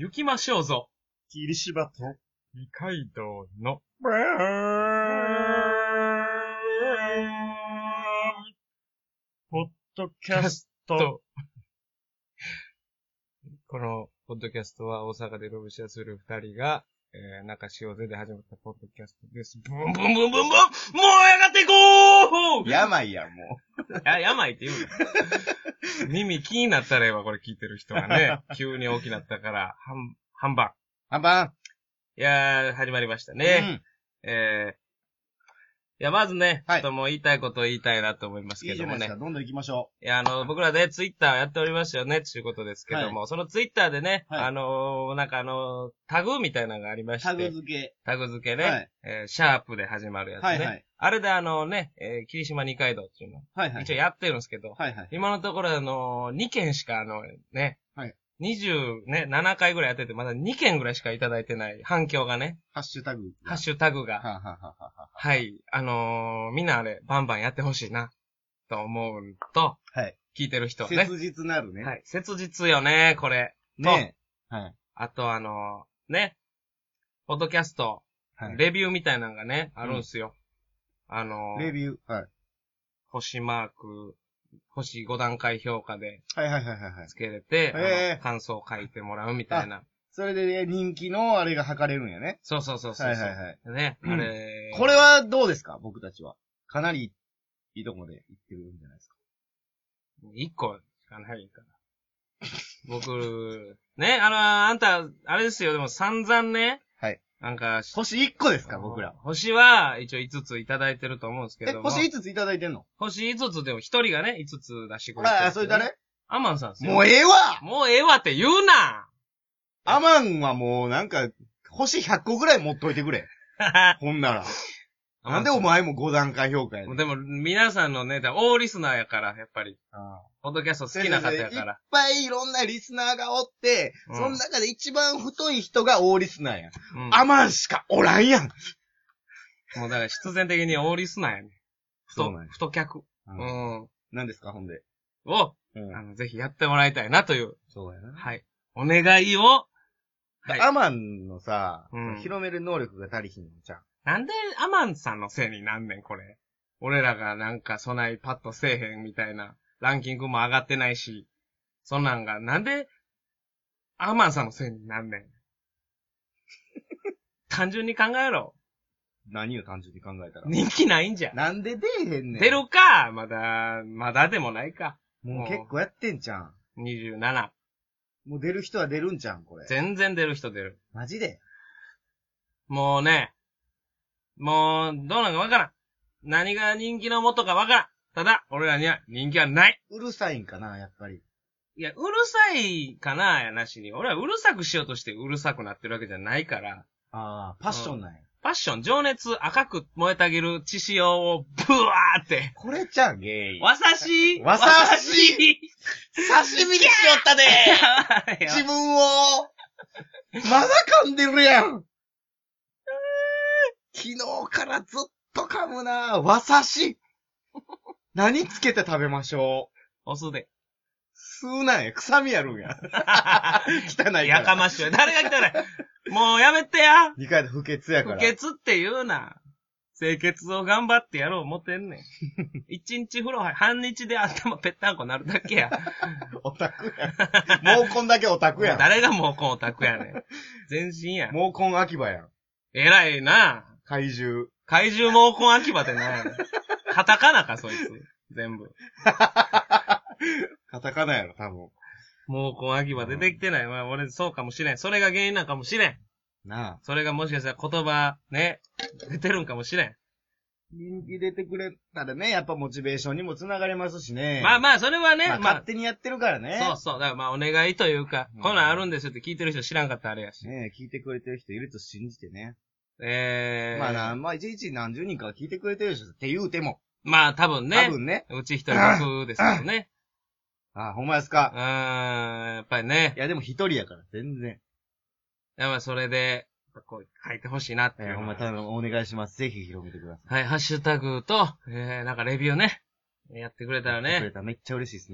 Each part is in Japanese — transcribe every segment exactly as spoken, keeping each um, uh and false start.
行きましょうぞ。 霧島と二階堂の、 ブーポッドキャスト。 このポッドキャストは大阪でロブシャする二人が、えー、中潮勢で始まったポッドキャストです。ブンブンブンブンブンもうやがっていこう病や、もうや、病って言うな。耳気になったらええわ、これ聞いてる人がね。急に大きなったから、半、半番。 半番。 いやー、始まりましたね。うん、えー、いや、まずね、はい、ちょっともう言いたいことを言いたいなと思いますけどもね。いいじゃないですか、 どんどん行きましょう。いや、あの、僕らでツイッターやっておりますよね、っていうことですけども、はい、そのツイッターでね、はい、あのー、なんかあのー、タグみたいなのがありまして。 タグ付け。 タグ付けね。はい、えー、シャープで始まるやつね。はいはい、あれであのね、えー、霧島二階堂っていうの、はいはい、一応やってるんですけど、はいはい、今のところあのー、にけんしかあの、ね、はい、にじゅうななかいぐらいやってて、まだにけんぐらいしかいただいてない反響がね。 ハッシュタグ。 ハッシュタグが。はははははい。あのー、みんなあれ、バンバンやってほしいな、と思うと、はい。聞いてる人はね。 切実なるね。 はい。切実よね、これ。 ねえ。はい。 あとあのー、ね。ポッドキャスト、はい、レビューみたいなのがね、あるんすよ。うん、あのー、 レビュー。はい。 星マーク、星ご段階評価で、 はいはいはいはい。 つけれて、はい、感想を書いてもらうみたいな。 それでね、人気のあれが測れるんやね。 そうそうそうそう。はいはいはい。ね、 うん、 あれ。 これはどうですか僕たちは。かなりいいとこで行ってるんじゃないですか。 一個しかないから。僕、ね、あの、あんた、あれですよ、でも散々ね。はい。なんか、 星いっこですか僕ら。 星は一応いつついただいてると思うんですけども。 え、星いつついただいてんの？ 星いつつでもひとりがね、いつつ出してくれてる、ね。 ああ、それ誰？ アマンさんですよ。 もうええわもうええわって言うなアマンはもうなんか、星ひゃっこぐらい持っといてくれ。ほんなら。なんでお前もご段階評価やねん。 でも、皆さんのね、大リスナーやから、やっぱり。ああポッドキャスト好きな方やから。 いっぱいいろんなリスナーがおって、うん、その中で一番太い人が大リスナーやん。うん、アマンしかおらんやん。 もうだから必然的に大リスナーやねん。太、太客。 うん。うん、何ですか、ほんで。 を、うん、あの、ぜひやってもらいたいなという。 そうやな。 はい。お願いを。 はい、アマンのさ、うん、広める能力が足りひんのじゃん。 なんでアマンさんのせいになんねん、これ。俺らがなんかそないパッとせえへんみたいな。ランキングも上がってないし。そんなんが、なんで、アマンさんのせいになんねん。単純に考えろ。 何を単純に考えたら。 人気ないんじゃ。 なんで出えへんねん。 出るか。まだ、まだでもないか。 もう結構やってんじゃん。 にじゅうなな。 もう出る人は出るんじゃん、これ。 全然出る人出る。 マジでもうね、もう、どうなんかわからん。何が人気の元かわからん。ただ、俺らには人気はない。 うるさいんかな、やっぱり。 いや、うるさいかな、やなしに。俺はうるさくしようとしてうるさくなってるわけじゃないから。 ああ、パッションなんや。 パッション、情熱、赤く燃えたぎる血潮をブワーって。 これじゃん、ゲイ。 わさしわさし刺身にしよったで自分をまだ噛んでるやん昨日からずっと噛むなわさし何つけて食べましょうお酢で。 吸うなんや。臭みやるんや。汚いから。 やかましい。誰が汚いもうやめてや。 二回で不潔やから。 不潔って言うな。清潔を頑張ってやろう思ってんねん。一日風呂入、半日で頭ぺったんこなるだけや。 オタクや。毛根だけオタクや。 誰が毛根オタクやねん。全身や。 毛根秋葉やん。 偉いな。 怪獣。 怪獣毛根秋葉って何やねん。カタカナか、そいつ。全部。 カタカナやろ、多分。 毛根秋葉出てきてない。まあ、俺、そうかもしれん。それが原因なんかもしれん。 なあ。 それがもしかしたら言葉、ね、出てるんかもしれん。 人気出てくれたらね、やっぱモチベーションにもつながりますしね。 まあまあ、それはね、 まあ、勝手にやってるからね。 そうそう。だからまあ、お願いというか、うん、こんなんあるんですよって聞いてる人知らんかったらあれやし。 ねえ、聞いてくれてる人いると信じてね。 ええー。 まあな、まあ一日何十人か聞いてくれてる人って言うても。 まあ多分ね。 多分ね。 うち一人僕ですけどね。 ああ、ほんまですか。 うーん、やっぱりね。 いやでも一人やから、全然。 やっぱそれで、こう書いてほしいなっていう。 えー、ほんま頼む、お願いします。ぜひ広めてください。 はい、ハッシュタグと、えー、なんかレビューね。やってくれたらね。やってくれたらめっちゃ嬉しいですね。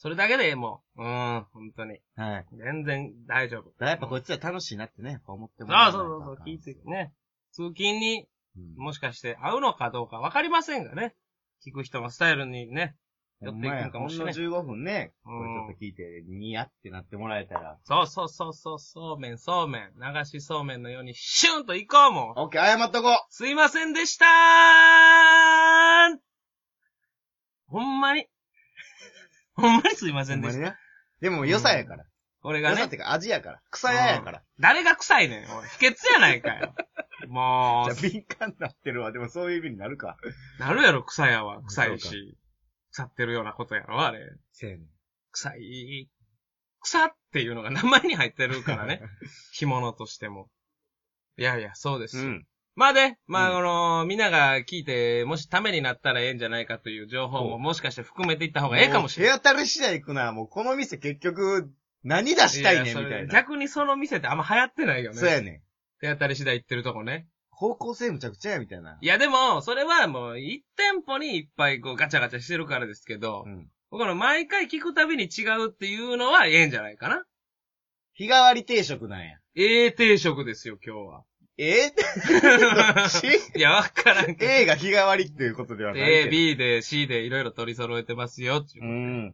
それだけでええもん。うん、本当に。 はい。 全然大丈夫。 だやっぱこいつは楽しいなってね、思ってもらう。そうそうそう、聞いてね。通勤に、もしかして合うのかどうかわかりませんがね。聞く人のスタイルにね、寄っていくんかもしれない。 ほんのじゅうごふんね、これちょっと聞いて、ニヤってなってもらえたら。 そうそうそうそう、そうめん、そうめん。流しそうめんのようにシューンと行こうもん。 オッケー、謝っとこう。 すいませんでしたーほんまに。ほんまにすいませんでした。ほんまにね。 でも良さやから。 俺がね。 良さってか味やから。草屋やから。 誰が臭いねん。おい、秘訣やないかよ。もう。じゃあ敏感になってるわ。でもそういう意味になるか。 なるやろ、草屋は。臭いし。腐ってるようなことやろ、あれ。 せやねん。 臭い。草っていうのが名前に入ってるからね。干物としても。いやいや、そうです。うん。まあね、まあ、うん、あのー、みんなが聞いて、もしためになったらええんじゃないかという情報ももしかして含めていった方がええかもしれない。 手当たり次第行くな。もうこの店結局、何出したいねんみたいな。 逆にその店ってあんま流行ってないよね。 そうやねん。 手当たり次第行ってるとこね。 方向性むちゃくちゃやみたいな。 いやでも、それはもう一店舗にいっぱいこうガチャガチャしてるからですけど、うん、僕の毎回聞くたびに違うっていうのはええんじゃないかな。 日替わり定食なんや。 ええ定食ですよ、今日は。 ええいや、わからんけど。 A が日替わりっていうことではないけど。 A、B で C でいろいろ取り揃えてますよ、っていう。うん。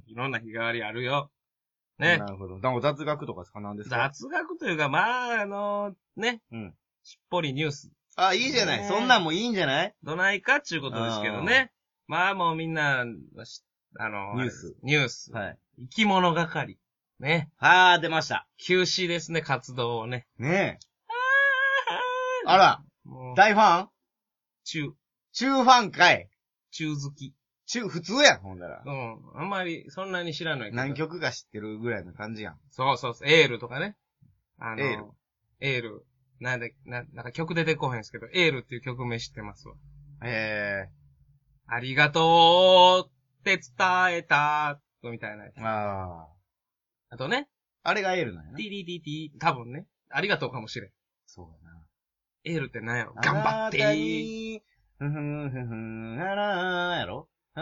いろんな日替わりあるよ。ね。 なるほど。でも雑学とか何ですか？ 雑学というか、まあ、あのー、ね。うん。しっぽりニュース。 あ、いいじゃない。そんなんもいいんじゃない？ どないかっていうことですけどね。まあもうみんな、あのー、ニュース。 ニュース。はい。生き物係。ね。 はー、出ました。 休止ですね、活動をね。 ねえ。あら。大ファン？ 中。 中ファンかい。 中好き。 中、普通やん、ほんだら。 うん。あんまり、そんなに知らないけど。 何曲か知ってるぐらいの感じやん。 そうそうそう。エールとかね。あの、 エール。 エール。なんで、な、なんか曲出てこへんすけど、エールっていう曲名知ってますわ。 へー。ありがとうって伝えたみたいなやつ。ああ。あとね。 あれがエールなんやな。 ティリティティ、多分ね。ありがとうかもしれん。 そうやな。 エールって何やろ？頑張ってー。 ふふんふふん、あらーやろ？うん。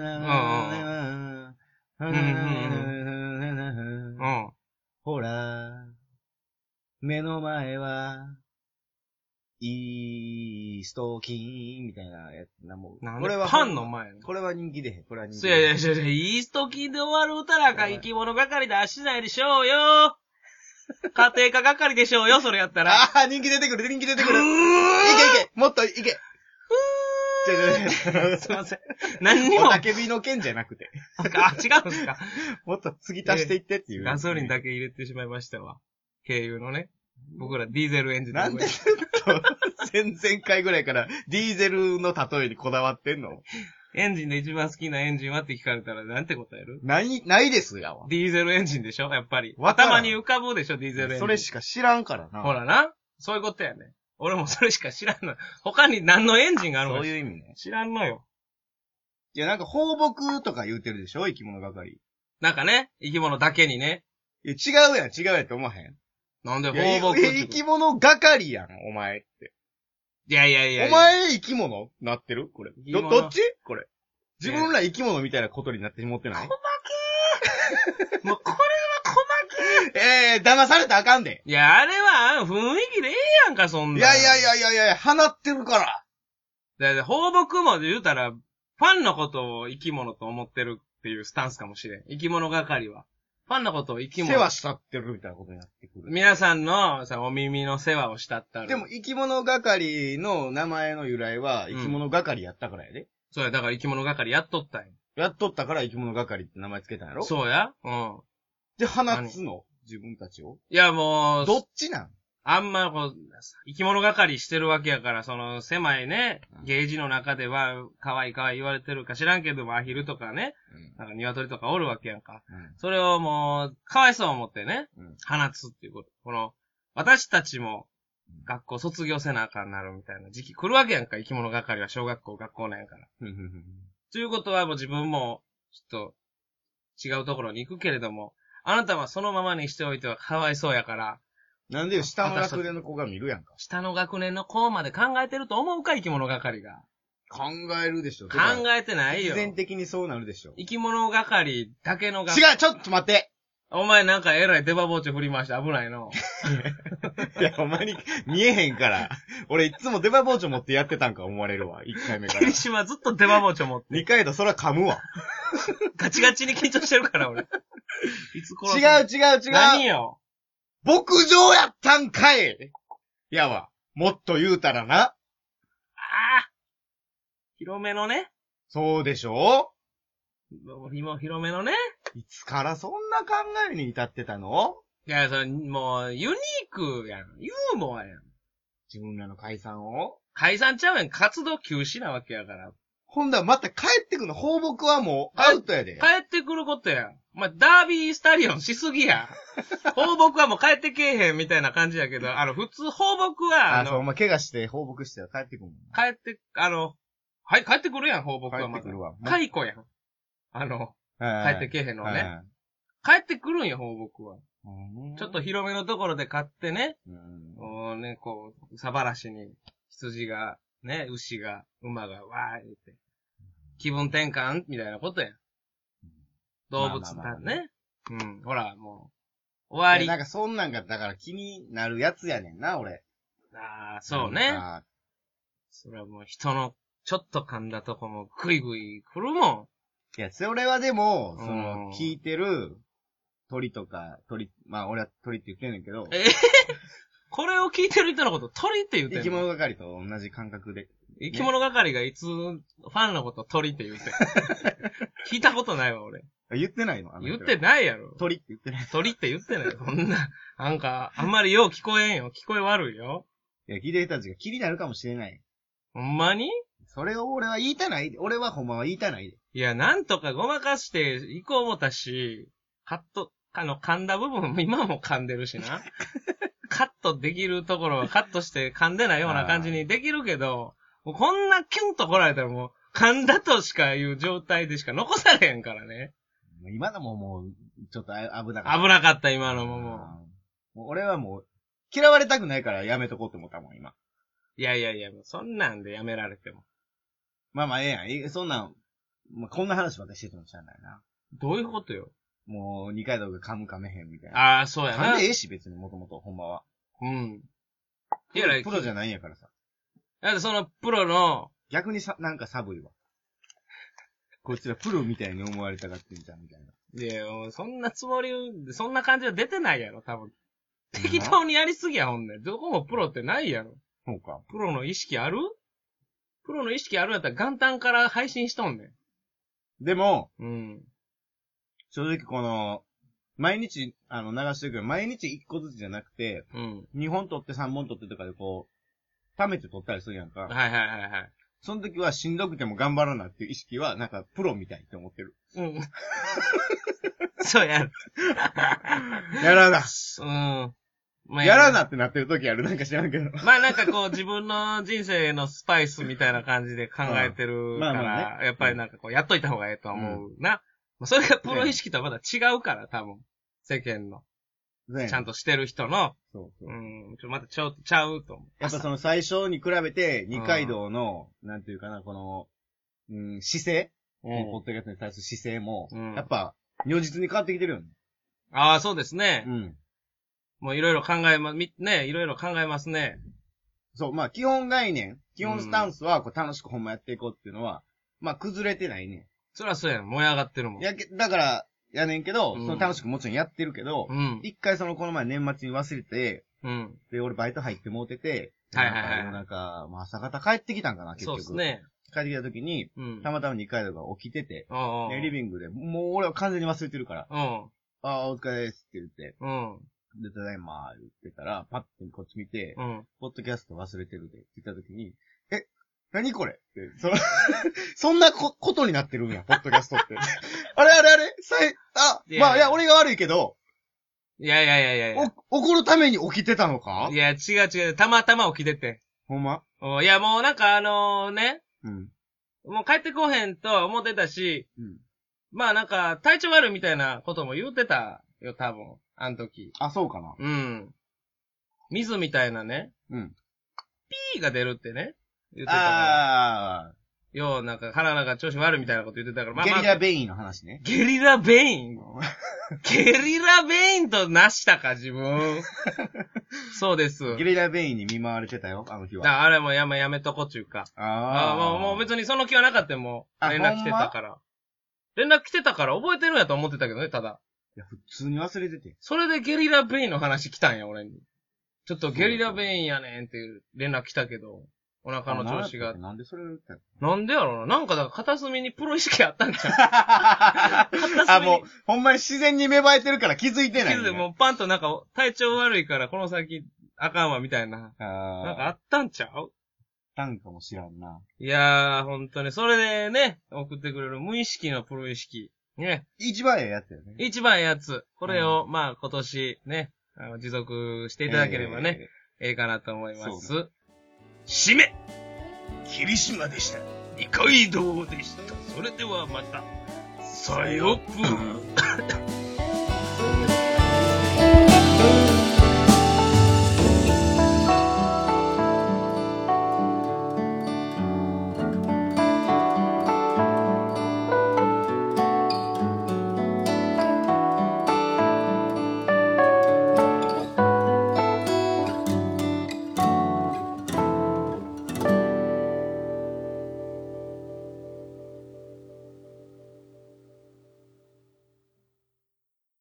うん。ほら、目の前は、イーストキーンみたいなやつな、もう。 これはパンの前。 これは人気でへん。これは人気でへん。いやいやいやいや、イーストキーンで終わる歌なんか生き物係出しないでしょうよ。家庭科係でしょうよ、それやったら。 ああ、人気出てくる、人気出てくる。いけいけ、もっといけ。ふー。すいません。何にも。 おたけびの剣じゃなくて。 あ、違うんすか。 もっと継ぎ足していってっていう、 ガソリンだけ入れてしまいましたわ。軽油のね。僕らディーゼルエンジンで。 なんでずっと、前々回ぐらいからディーゼルの例えにこだわってんの？ エンジンで一番好きなエンジンはって聞かれたらなんて答える？ ない、ないですよ。 ディーゼルエンジンでしょやっぱり。頭に浮かぶでしょディーゼルエンジン。 それしか知らんからな。 ほらな。そういうことやね。俺もそれしか知らんの。他に何のエンジンがあるの？ そういう意味ね。 知らんのよ。 いや、なんか放牧とか言うてるでしょ生き物係。 なんかね、生き物だけにね。 いや、違うやん、違うやんって思わへん？ なんで放牧って。 生き物係やん、お前って。 いやいやいやいや。 お前生き物なってるこれ。ど、どっちこれ。自分ら生き物みたいなことになってしまってない？ 細けーもうこれは細けーええー、騙されたらあかんで。 いや、あれは雰囲気でええやんか、そんな。 いやいやいやいやいや、放ってるから。 だって放牧も言うたら、ファンのことを生き物と思ってるっていうスタンスかもしれん。生き物係は。ファンのことを生き物。 世話したってるみたいなことになってくる。 皆さんのさ、お耳の世話をしたったら。 でも生き物係の名前の由来は生き物係やったからやで。うん、 そうや、だから生き物係やっとったんや。 やっとったから生き物係って名前つけたんやろ？ そうや。うん。 で、放つの？自分たちを？ いや、もう。 どっちなん？ あんまこう、生き物係してるわけやから、その狭いね、ゲージの中では、可愛い可愛い言われてるか知らんけども、アヒルとかね、うん、なんか鶏とかおるわけやんか。うん、それをもう、かわいそう思ってね、うん、放つっていうこと。この、私たちも、学校卒業せなあかんなるみたいな時期来るわけやんか、生き物係は小学校、学校なんやから。ということはもう自分も、ちょっと、違うところに行くけれども、あなたはそのままにしておいてはかわいそうやから、 なんでよ、下の学年の子が見るやんか。 下の学年の子まで考えてると思うか、生き物係が。 考えるでしょ。 考えてないよ。 必然的にそうなるでしょ。 生き物係だけのが。 違う、ちょっと待って。 お前なんかえらいデバ包丁振りました。危ないの。 いや、お前に見えへんから。俺いつもデバ包丁持ってやってたんか思われるわ。一回目から。 霧島ずっとデバ包丁持って。 二回とそら噛むわ。 ガチガチに緊張してるから俺。 いつ殺す違う違う違う。 何よ。 牧場やったんかい。いやわ。もっと言うたらな。ああ。広めのね。 そうでしょ今広めのね。 いつからそんな考えに至ってたの？ いや、それ、もう、ユニークやん。ユーモアやん。 自分らの解散を解散ちゃうやん。活動休止なわけやから。 ほんだらまた帰ってくるの。放牧はもうアウトやで。 帰ってくることや。お前、ダービースタリオンしすぎや。放牧はもう帰ってけえへんみたいな感じやけど、あの、普通放牧は、 あの、あそう、お前怪我して放牧して帰ってくるもん。 帰って、あの、はい、帰ってくるやん、放牧はまた。 帰ってくるわ。 解雇やん。あの、帰ってけえへんのね。帰ってくるんよ、放牧は。ちょっと広めのところで買ってね、うん、ね、こう、サバラシに羊が、ね、牛が、馬が、わー言って、気分転換みたいなことやん。動物だね。うん、ほら、もう、終わり。 なんかそんなんが、だから気になるやつやねんな、俺。 ああ、そうね。それはもう人の、ちょっと噛んだとこもグイグイ来るもん。 いや、それはでも、その、聞いてる鳥とか、鳥、まあ俺は鳥って言ってんねんけど。 えー、これを聞いてる人のこと鳥って言ってんの？ 生き物係と同じ感覚で。ね、 生き物係がいつ、ファンのこと鳥って言ってんの？聞いたことないわ、俺。 言ってないの？ 言ってないやろ。 鳥って言ってない。 鳥って言ってない。そんな、なんか、あんまりよう聞こえんよ。聞こえ悪いよ。 いや、聞いてる人たちが気になるかもしれない。 ほんまに？ それを俺は言いたないで。俺はほんまは言いたないで。 いや、なんとかごまかして行こう思ったし、カット、あの、噛んだ部分も今も噛んでるしな。カットできるところはカットして噛んでないような感じにできるけど、もうこんなキュンと来られたらもう、噛んだとしかいう状態でしか残されへんからね。 今のももう、ちょっと危なかった。 危なかった、今のももう。 もう俺はもう、嫌われたくないからやめとこうって思ったもん、今。 いやいやいや、そんなんでやめられても。 まあまあ、ええやん。そんなん、まあ、こんな話ばっかりしててもしゃあないな。 どういうことよ。 もう、二階堂が噛む噛めへんみたいな。 ああ、そうやな。 噛んでええし、別にもともと、ほんまは。 うん。 いや、プロじゃないんやからさ。 だってそのプロの、 逆にさ、なんか寒いわ。こいつらプロみたいに思われたがってんじゃん、みたいな。 いや、そんなつもり、そんな感じは出てないやろ、多分。適当にやりすぎや、ほんね。どこもプロってないやろ。 そうか。 プロの意識ある？プロの意識あるんやったら元旦から配信しとんねん。 でも、 うん。 正直この、毎日、あの、流してるけど、毎日一個ずつじゃなくて、うん。二本取って三本取ってとかでこう、貯めて取ったりするやんか。 はいはいはいはい。 その時はしんどくても頑張らなっていう意識は、なんかプロみたいって思ってる。 うん。そうやる。 やらな。 うん。 まあ、やらなってなってる時ある。なんか知らんけど。 まあなんかこう自分の人生のスパイスみたいな感じで考えてるから、まあまあね、やっぱりなんかこうやっといた方がええと思うな。うん、それがプロ意識とはまだ違うから、多分。世間の。ね、ちゃんとしてる人の。そうそう。うん。ちょまたちょっとちゃうと思う。 やっぱその最初に比べて、二階堂の、うん、なんていうかな、この、うん、姿勢、うん、ポッドキャストに対する姿勢も、うん、やっぱ、如実に変わってきてるよね。 ああ、そうですね。うん。もういろいろ考えま、み、ね、いろいろ考えますね。 そう、まあ基本概念、基本スタンスは、こう楽しくほんまやっていこうっていうのは、まあ崩れてないね。 そりゃそうやん。燃え上がってるもん。 やけ、だから、やねんけど、うん、その楽しくもちろんやってるけど、うん、一回そのこの前年末に忘れて、うん、で、俺バイト入ってもうてて、はいはいはい。なんか、まあ朝方帰ってきたんかな、結局。そうですね。帰ってきた時に、うん、たまたま二階堂が起きてて、ね、リビングで、もう俺は完全に忘れてるから、うん、ああ、お疲れですって言って、うん、で、ただいま言ってたら、パッてこっち見て、うん、ポッドキャスト忘れてるでって言った時に、え、何これって、そのそんなこ、ことになってるんや、ポッドキャストって。あれあれあれさい、あ、いまあ、いや、俺が悪いけど、 いやいやいやいやいや。 お、怒るために起きてたのか？ いや、違う違う。たまたま起きてて。 ほんま？ おいや、もうなんかあのー、ね。うん。もう帰ってこへんとは思ってたし、うん。まあなんか、体調悪いみたいなことも言ってたよ、多分。あの時。 あ、そうかな。 うん。水みたいなね。うん。ピーが出るってね。 言ってたから。ああ。 よう、なんか体が調子悪いみたいなこと言ってたから、まあ、 まあ、ゲリラベインの話ね。 ゲリラベインゲリラベインとなしたか、自分。そうです。 ゲリラベインに見舞われてたよ、あの日は。 あれもやめ、やめとこっちゅうか。ああ。もう、もう別にその気はなかったもう、連絡来てたから。連絡来てたから覚えてるんやと思ってたけどね、ただ。 いや、普通に忘れてて。 それでゲリラベインの話来たんや、俺に。ちょっとゲリラベインやねんっていう連絡来たけど。お腹の調子が。 なんでそれを言ったのなんでやろうな。なんかだから片隅にプロ意識あったんちゃうあ、もう、ほんまに自然に芽生えてるから気づいてない、ね。気づいて、 もうパンとなんか体調悪いからこの先あかんわみたいな。あなんかあったんちゃうあったんかもしらんな。 いやー、ほんとに。それでね、送ってくれる無意識のプロ意識。ね。 一番ええやつよね。 一番ええやつ。これを、うん、まあ今年ね、あの持続していただければね、えー、ええかなと思います。締め霧島でした。二階堂でした。それではまた。さよぷら。